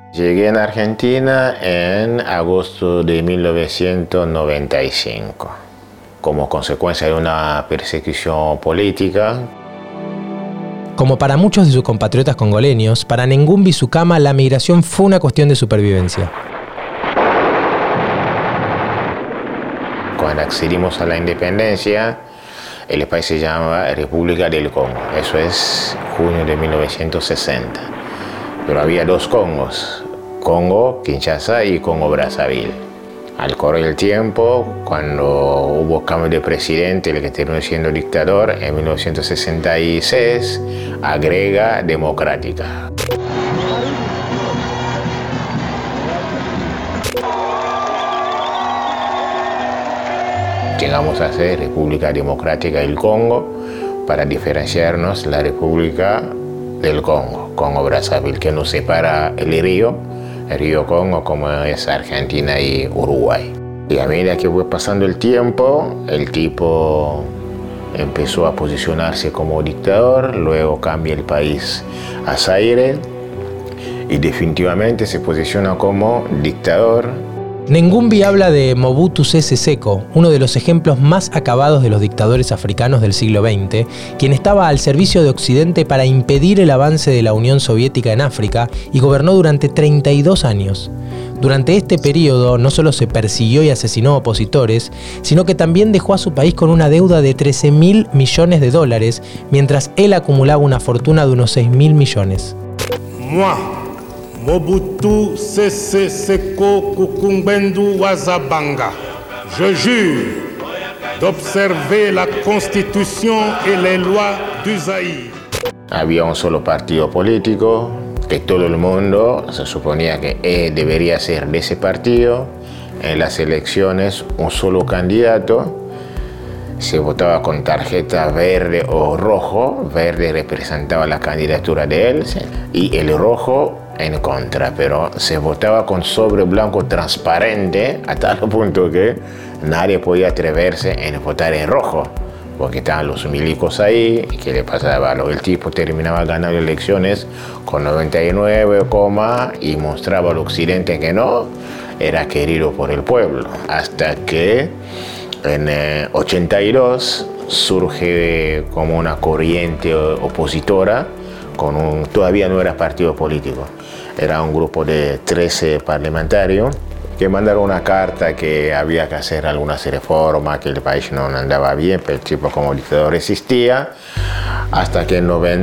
Llegué en Argentina en agosto de 1995, como consecuencia de una persecución política. Como para muchos de sus compatriotas congoleños, para Ngumbi Sukama la migración fue una cuestión de supervivencia. Cuando accedimos a la independencia, el país se llama República del Congo. Eso es junio de 1960. Pero había dos Congos, Congo Kinshasa y Congo Brazzaville. Al correr el tiempo, cuando hubo cambio de presidente, el que terminó siendo dictador, en 1966, agrega democrática. Llegamos a ser República Democrática del Congo para diferenciarnos la República del Congo, Congo Brazzaville, que nos separa el río Congo, como es Argentina y Uruguay. Y a medida que fue pasando el tiempo, el tipo empezó a posicionarse como dictador, luego cambia el país a Zaire y definitivamente se posiciona como dictador. Ngumbi habla de Mobutu Sese Seko, uno de los ejemplos más acabados de los dictadores africanos del siglo XX, quien estaba al servicio de Occidente para impedir el avance de la Unión Soviética en África y gobernó durante 32 años. Durante este periodo no solo se persiguió y asesinó opositores, sino que también dejó a su país con una deuda de $13.000 millones, mientras él acumulaba una fortuna de unos 6.000 millones. Mobutu Sese Seko Kukumbendo Wazabanga, je jure d'observer la Constitution et les lois du Zaïre. Había un solo partido político, que todo el mundo se suponía que debería ser de ese partido. En las elecciones, un solo candidato. Se votaba con tarjeta verde o rojo. Verde representaba la candidatura de él y el rojo en contra, pero se votaba con sobre blanco transparente a tal punto que nadie podía atreverse en votar en rojo, porque estaban los milicos ahí. ¿Qué le pasaba? El tipo terminaba ganando elecciones con 99, y mostraba al occidente que no era querido por el pueblo, hasta que en 82 surge como una corriente opositora, todavía no era partido político, era un grupo de 13 parlamentarios que mandaron una carta que había que hacer algunas reformas, que el país no andaba bien, pero el tipo como dictador resistía, hasta que en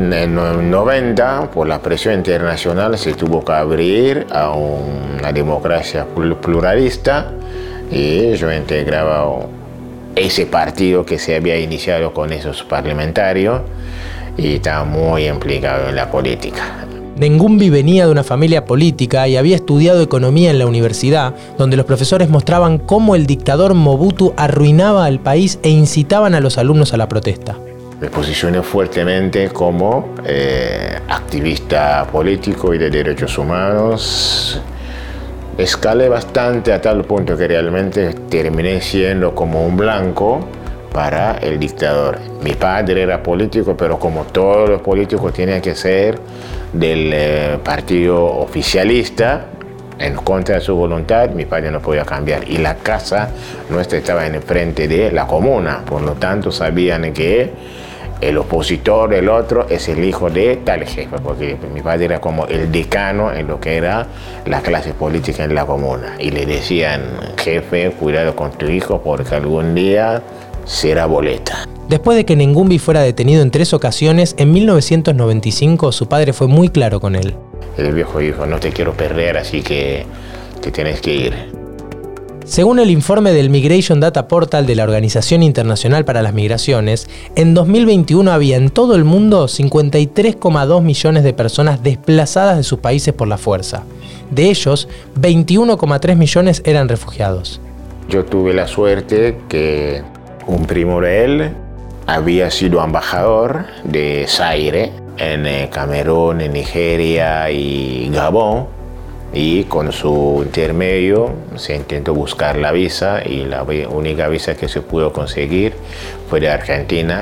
90, por la presión internacional, se tuvo que abrir a una democracia pluralista y yo integraba ese partido que se había iniciado con esos parlamentarios y estaba muy implicado en la política. Ngumbi venía de una familia política y había estudiado economía en la universidad, donde los profesores mostraban cómo el dictador Mobutu arruinaba al país e incitaban a los alumnos a la protesta. Me posicioné fuertemente como activista político y de derechos humanos. Escalé bastante a tal punto que realmente terminé siendo como un blanco para el dictador. Mi padre era político, pero como todos los políticos tenían que ser del partido oficialista, en contra de su voluntad, mi padre no podía cambiar. Y la casa nuestra estaba en el frente de la comuna, por lo tanto sabían que el opositor, el otro, es el hijo de tal jefe, porque mi padre era como el decano en lo que era la clase política en la comuna. Y le decían, jefe, cuidado con tu hijo porque algún día será boleta. Después de que Ngumbi fuera detenido en 3 ocasiones, en 1995 su padre fue muy claro con él. El viejo dijo, no te quiero perder, así que te tienes que ir. Según el informe del Migration Data Portal de la Organización Internacional para las Migraciones, en 2021 había en todo el mundo 53,2 millones de personas desplazadas de sus países por la fuerza. De ellos, 21,3 millones eran refugiados. Yo tuve la suerte que un primo de él había sido embajador de Zaire en Camerún, en Nigeria y Gabón. Y con su intermedio se intentó buscar la visa y la única visa que se pudo conseguir fue de Argentina.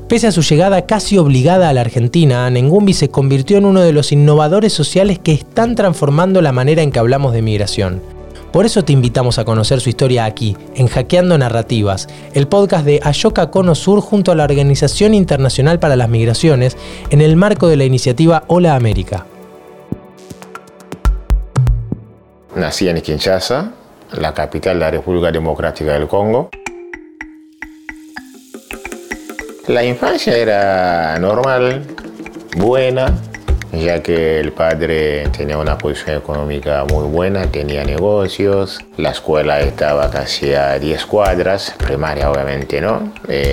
Pese a su llegada casi obligada a la Argentina, Nengumbi se convirtió en uno de los innovadores sociales que están transformando la manera en que hablamos de migración. Por eso te invitamos a conocer su historia aquí, en Hackeando Narrativas, el podcast de Ashoka Cono Sur junto a la Organización Internacional para las Migraciones, en el marco de la iniciativa Hola América. Nací en Kinshasa, la capital de la República Democrática del Congo. La infancia era normal, buena, ya que el padre tenía una posición económica muy buena, tenía negocios, la escuela estaba casi a 10 cuadras, primaria obviamente no.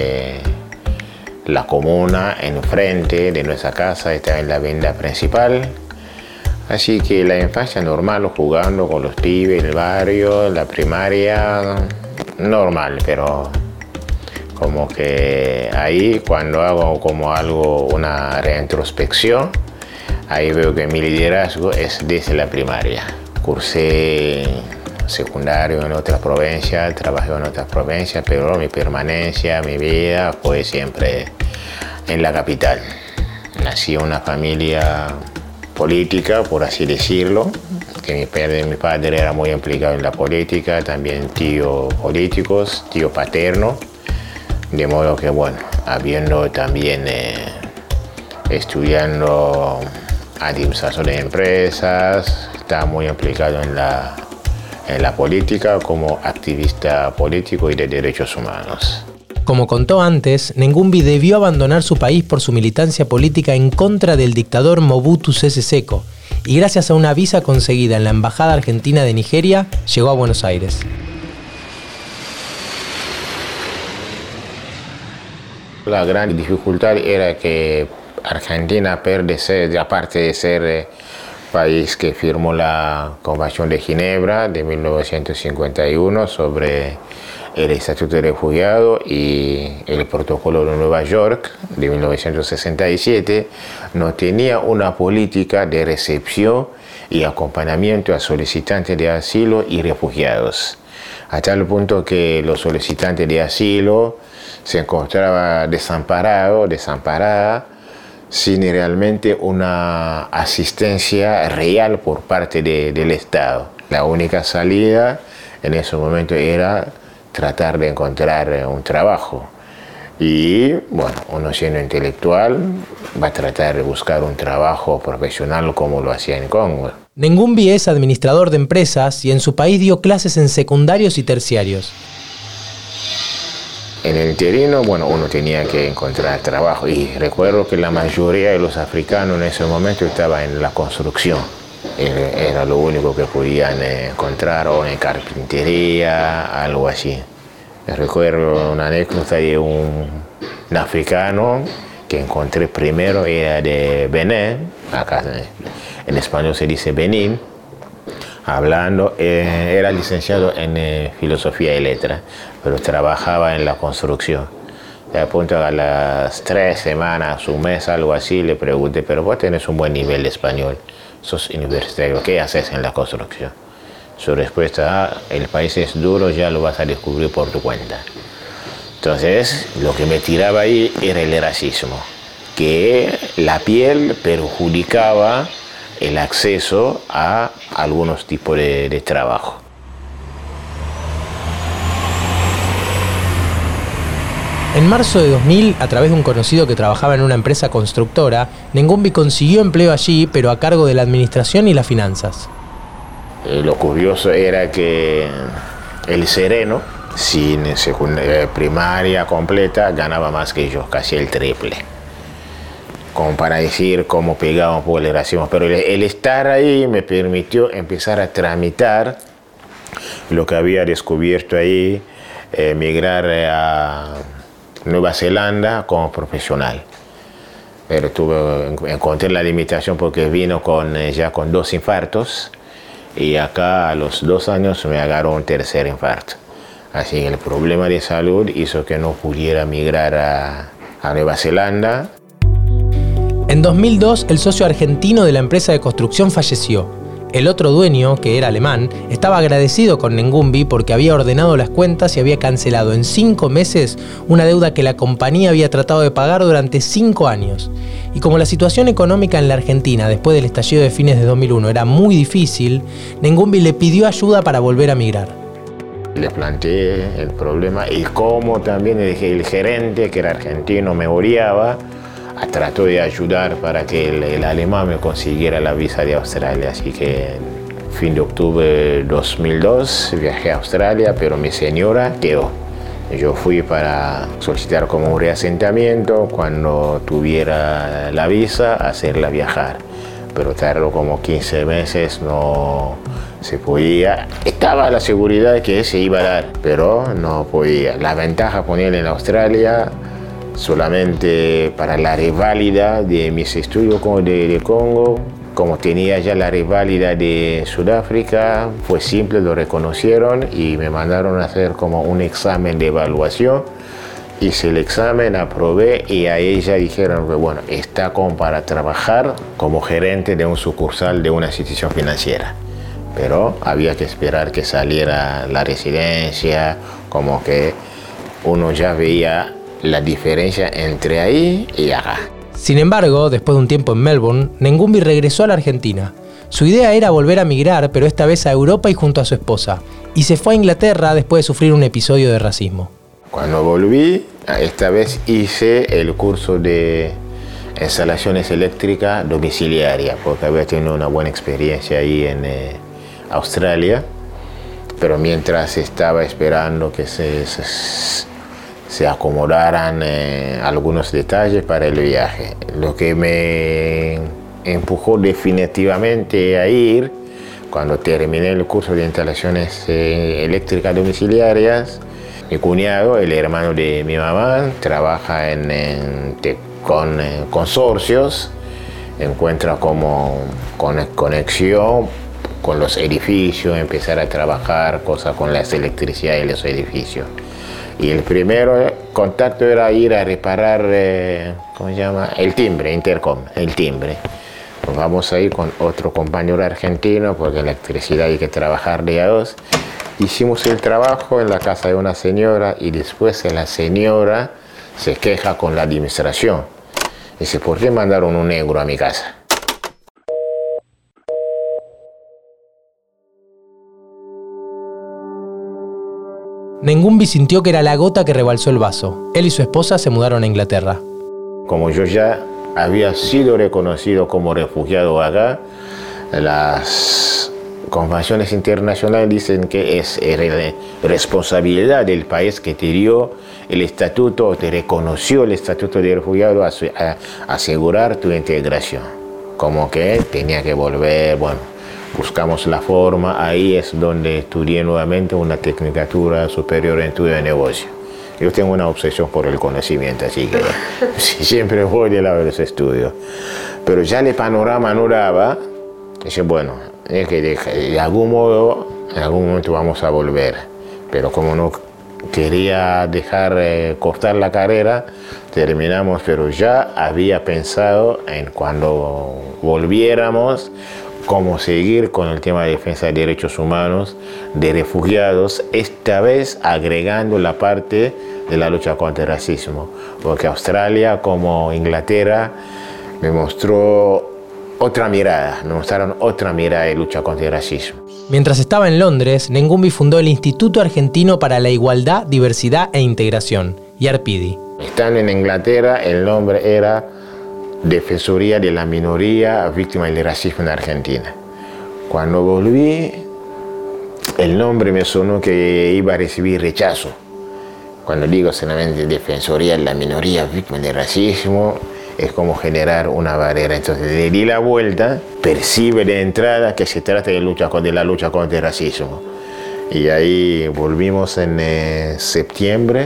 La comuna enfrente de nuestra casa estaba en la avenida principal, así que la infancia normal, jugando con los pibes, el barrio, la primaria, normal, pero como que ahí cuando hago una reintrospección, ahí veo que mi liderazgo es desde la primaria. Cursé secundario en otras provincias, trabajé en otras provincias, pero mi permanencia, mi vida fue siempre en la capital. Nací en una familia política, por así decirlo, que mi padre era muy implicado en la política, también tíos políticos, tío paterno, de modo que bueno, habiendo también estudiando administración de empresas, está muy implicado en la política como activista político y de derechos humanos. Como contó antes, Nengumbi debió abandonar su país por su militancia política en contra del dictador Mobutu Sese Seko y gracias a una visa conseguida en la Embajada Argentina de Nigeria, llegó a Buenos Aires. La gran dificultad era que Argentina, aparte de ser país que firmó la Convención de Ginebra de 1951 sobre el Estatuto de Refugiado y el Protocolo de Nueva York de 1967, no tenía una política de recepción y acompañamiento a solicitantes de asilo y refugiados, a tal punto que los solicitantes de asilo se encontraban desamparada, sin realmente una asistencia real por parte del Estado. La única salida en ese momento era tratar de encontrar un trabajo. Y bueno, uno siendo intelectual va a tratar de buscar un trabajo profesional como lo hacía en Congo. Nengumbi es administrador de empresas y en su país dio clases en secundarios y terciarios. En el terreno, bueno, uno tenía que encontrar trabajo y recuerdo que la mayoría de los africanos en ese momento estaban en la construcción. Era lo único que podían encontrar, o en carpintería, algo así. Recuerdo una anécdota de un africano que encontré primero, era de Benín, acá en español se dice Benín, hablando, era licenciado en Filosofía y Letras, pero trabajaba en la construcción. A punto a las 3 semanas, un mes, algo así, le pregunté, pero vos tenés un buen nivel de español, sos universitario, ¿qué haces en la construcción? Su respuesta, el país es duro, ya lo vas a descubrir por tu cuenta. Entonces, lo que me tiraba ahí era el racismo, que la piel perjudicaba el acceso a algunos tipos de trabajo. En marzo de 2000, a través de un conocido que trabajaba en una empresa constructora, Nengumbi consiguió empleo allí, pero a cargo de la administración y las finanzas. Lo curioso era que el sereno, sin primaria completa, ganaba más que yo, casi el triple. Como para decir cómo pegaba un poco el racismo. Pero el estar ahí me permitió empezar a tramitar lo que había descubierto ahí, migrar a Nueva Zelanda como profesional. Pero encontré la limitación porque vino ya con 2 infartos y acá a los 2 años me agarró un tercer infarto. Así que el problema de salud hizo que no pudiera migrar a Nueva Zelanda. En 2002, el socio argentino de la empresa de construcción falleció. El otro dueño, que era alemán, estaba agradecido con Nengoumbi porque había ordenado las cuentas y había cancelado en 5 meses una deuda que la compañía había tratado de pagar durante 5 años. Y como la situación económica en la Argentina después del estallido de fines de 2001 era muy difícil, Nengoumbi le pidió ayuda para volver a migrar. Le planteé el problema y cómo también el gerente, que era argentino, me odiaba. Trató de ayudar para que el alemán me consiguiera la visa de Australia. Así que en fin de octubre de 2002 viajé a Australia, pero mi señora quedó. Yo fui para solicitar como un reasentamiento, cuando tuviera la visa, hacerla viajar. Pero tardó como 15 meses, no se podía. Estaba la seguridad que se iba a dar, pero no podía. La ventaja ponerla en Australia solamente para la reválida de mis estudios de Congo. Como tenía ya la reválida de Sudáfrica, fue simple, lo reconocieron y me mandaron a hacer como un examen de evaluación. Hice el examen, aprobé y a ella dijeron que bueno, está como para trabajar como gerente de un sucursal de una institución financiera. Pero había que esperar que saliera la residencia, como que uno ya veía la diferencia entre ahí y acá. Sin embargo, después de un tiempo en Melbourne, Nengoumbi regresó a la Argentina. Su idea era volver a migrar, pero esta vez a Europa y junto a su esposa. Y se fue a Inglaterra después de sufrir un episodio de racismo. Cuando volví, esta vez hice el curso de instalaciones eléctricas domiciliarias, porque había tenido una buena experiencia ahí en Australia. Pero mientras estaba esperando que se acomodaran algunos detalles para el viaje. Lo que me empujó definitivamente a ir, cuando terminé el curso de instalaciones eléctricas domiciliarias, mi cuñado, el hermano de mi mamá, trabaja con consorcios, encuentra como conexión con los edificios, empezar a trabajar cosas con las electricidad de los edificios. Y el primer contacto era ir a reparar, ¿cómo se llama? El timbre, intercom, el timbre. Pues vamos a ir con otro compañero argentino, porque en electricidad hay que trabajar de a dos. Hicimos el trabajo en la casa de una señora y después la señora se queja con la administración. Dice, ¿por qué mandaron un negro a mi casa? Nengoumbi sintió que era la gota que rebalsó el vaso. Él y su esposa se mudaron a Inglaterra. Como yo ya había sido reconocido como refugiado acá, las convenciones internacionales dicen que es responsabilidad del país que te dio el estatuto, te reconoció el estatuto de refugiado a asegurar tu integración. Como que tenía que volver, bueno. Buscamos la forma, ahí es donde estudié nuevamente una tecnicatura superior en estudio de negocio. Yo tengo una obsesión por el conocimiento, así que siempre voy de lado de los estudios. Pero ya el panorama no daba, dije, bueno, es que de algún modo, en algún momento vamos a volver. Pero como no quería dejar cortar la carrera, terminamos, pero ya había pensado en cuando volviéramos, cómo seguir con el tema de defensa de derechos humanos, de refugiados, esta vez agregando la parte de la lucha contra el racismo, porque Australia como Inglaterra me mostraron otra mirada de lucha contra el racismo. Mientras estaba en Londres, Nengoumbi fundó el Instituto Argentino para la Igualdad, Diversidad e Integración, IARPIDI. Estando en Inglaterra, el nombre era Defensoría de la Minoría Víctima del Racismo en Argentina. Cuando volví, el nombre me sonó que iba a recibir rechazo. Cuando digo solamente Defensoría de la Minoría Víctima del Racismo, es como generar una barrera. Entonces le di la vuelta, percibe de entrada que se trata de la lucha contra el racismo. Y ahí volvimos en septiembre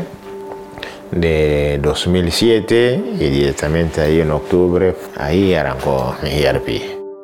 de 2007 y directamente ahí en octubre, ahí arrancó IARPI.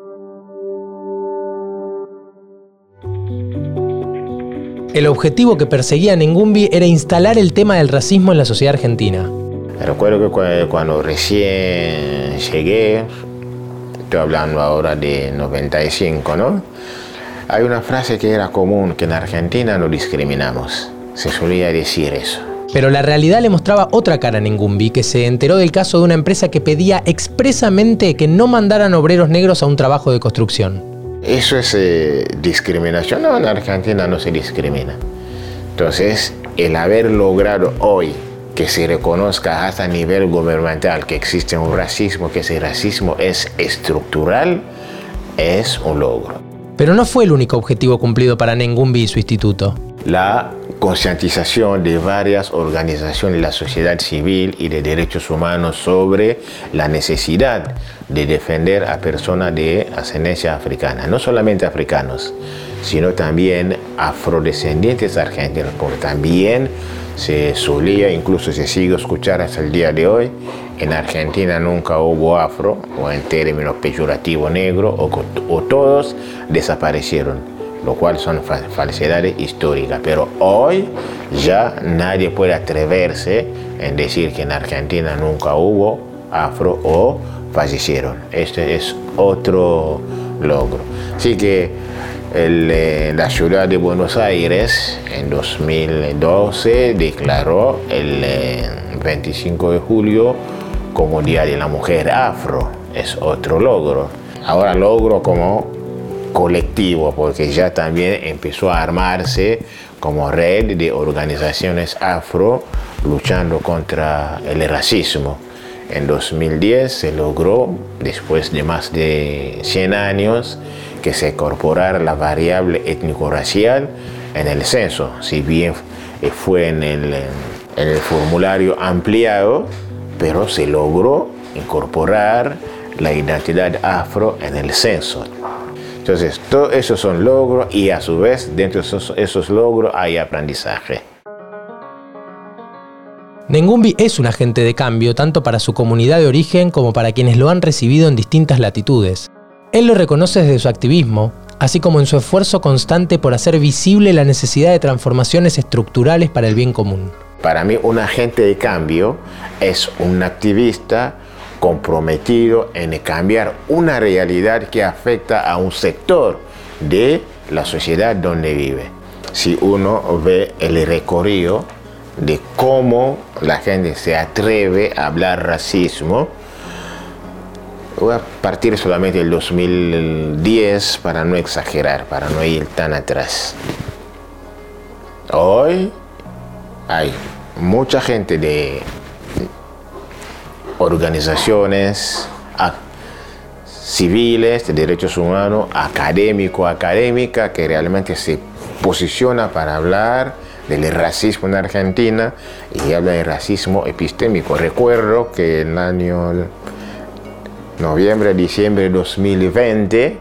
El objetivo que perseguía Nengoumbi era instalar el tema del racismo en la sociedad argentina. Recuerdo que cuando recién llegué, estoy hablando ahora de 95, ¿no? Hay una frase que era común, que en Argentina no discriminamos. Se solía decir eso. Pero la realidad le mostraba otra cara a Nengumbi, que se enteró del caso de una empresa que pedía expresamente que no mandaran obreros negros a un trabajo de construcción. Eso es discriminación. No, en Argentina no se discrimina. Entonces, el haber logrado hoy que se reconozca hasta a nivel gubernamental que existe un racismo, que ese racismo es estructural, es un logro. Pero no fue el único objetivo cumplido para Nengumbi y su instituto. La concientización de varias organizaciones de la sociedad civil y de derechos humanos sobre la necesidad de defender a personas de ascendencia africana, no solamente africanos, sino también afrodescendientes argentinos, porque también se solía, incluso se sigue escuchar hasta el día de hoy, en Argentina nunca hubo afro, o en términos peyorativos negro, o todos desaparecieron, lo cual son falsedades históricas. Pero hoy ya nadie puede atreverse en decir que en Argentina nunca hubo afro o fallecieron. Este es otro logro. Así que la ciudad de Buenos Aires en 2012 declaró el 25 de julio como Día de la Mujer Afro. Es otro logro. Ahora logro como colectivo, porque ya también empezó a armarse como red de organizaciones afro luchando contra el racismo. En 2010 se logró, después de más de 100 años, que se incorporara la variable étnico-racial en el censo, si bien fue en el formulario ampliado, pero se logró incorporar la identidad afro en el censo. Entonces, todos esos son logros y a su vez, dentro de esos logros hay aprendizaje. Nengumbi es un agente de cambio tanto para su comunidad de origen como para quienes lo han recibido en distintas latitudes. Él lo reconoce desde su activismo, así como en su esfuerzo constante por hacer visible la necesidad de transformaciones estructurales para el bien común. Para mí, un agente de cambio es un activista comprometido en cambiar una realidad que afecta a un sector de la sociedad donde vive. Si uno ve el recorrido de cómo la gente se atreve a hablar racismo, voy a partir solamente del 2010 para no exagerar, para no ir tan atrás. Hoy hay mucha gente de organizaciones civiles de derechos humanos, académica, que realmente se posiciona para hablar del racismo en Argentina y habla de racismo epistémico. Recuerdo que en el año diciembre de 2020,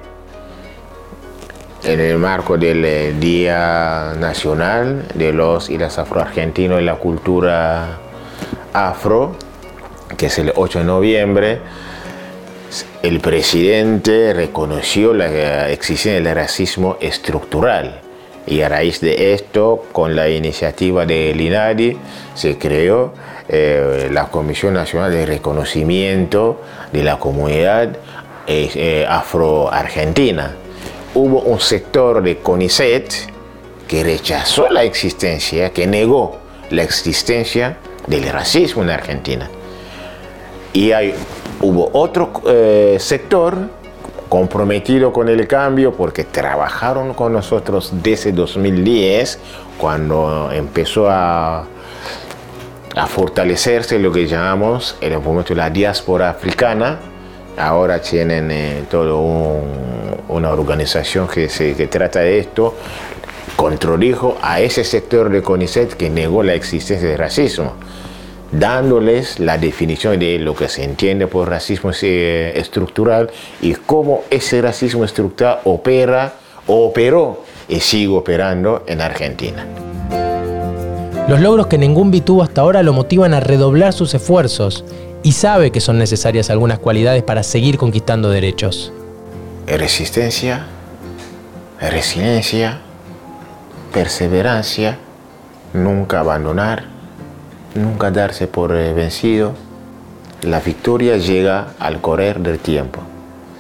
en el marco del Día Nacional de los y las Afroargentinos y la Cultura Afro, que es el 8 de noviembre, el presidente reconoció la existencia del racismo estructural. Y a raíz de esto, con la iniciativa del INADI, se creó la Comisión Nacional de Reconocimiento de la Comunidad Afro-Argentina. Hubo un sector de CONICET que rechazó la existencia, que negó la existencia del racismo en Argentina. Y hubo otro sector comprometido con el cambio, porque trabajaron con nosotros desde 2010, cuando empezó a fortalecerse lo que llamamos el movimiento de la diáspora africana. Ahora tienen una organización que trata de esto. Contradijo a ese sector de CONICET que negó la existencia del racismo, dándoles la definición de lo que se entiende por racismo estructural y cómo ese racismo estructural operó y sigue operando en Argentina. Los logros que Nengumbi tuvo hasta ahora lo motivan a redoblar sus esfuerzos y sabe que son necesarias algunas cualidades para seguir conquistando derechos. Resistencia, resiliencia, perseverancia, nunca abandonar, nunca darse por vencido. La victoria llega al correr del tiempo.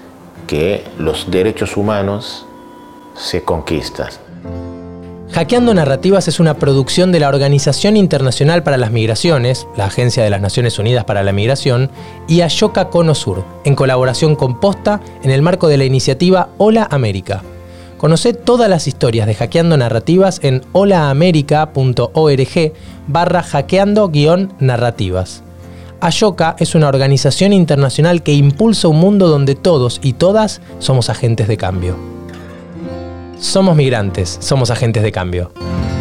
que los derechos humanos se conquistan. Hackeando Narrativas es una producción de la Organización Internacional para las Migraciones, la Agencia de las Naciones Unidas para la Migración, y Ashoka Cono Sur, en colaboración con Posta en el marco de la iniciativa Hola América. Conocé todas las historias de Hackeando Narrativas en holaamerica.org/hackeando-narrativas. Ashoka es una organización internacional que impulsa un mundo donde todos y todas somos agentes de cambio. Somos migrantes, somos agentes de cambio.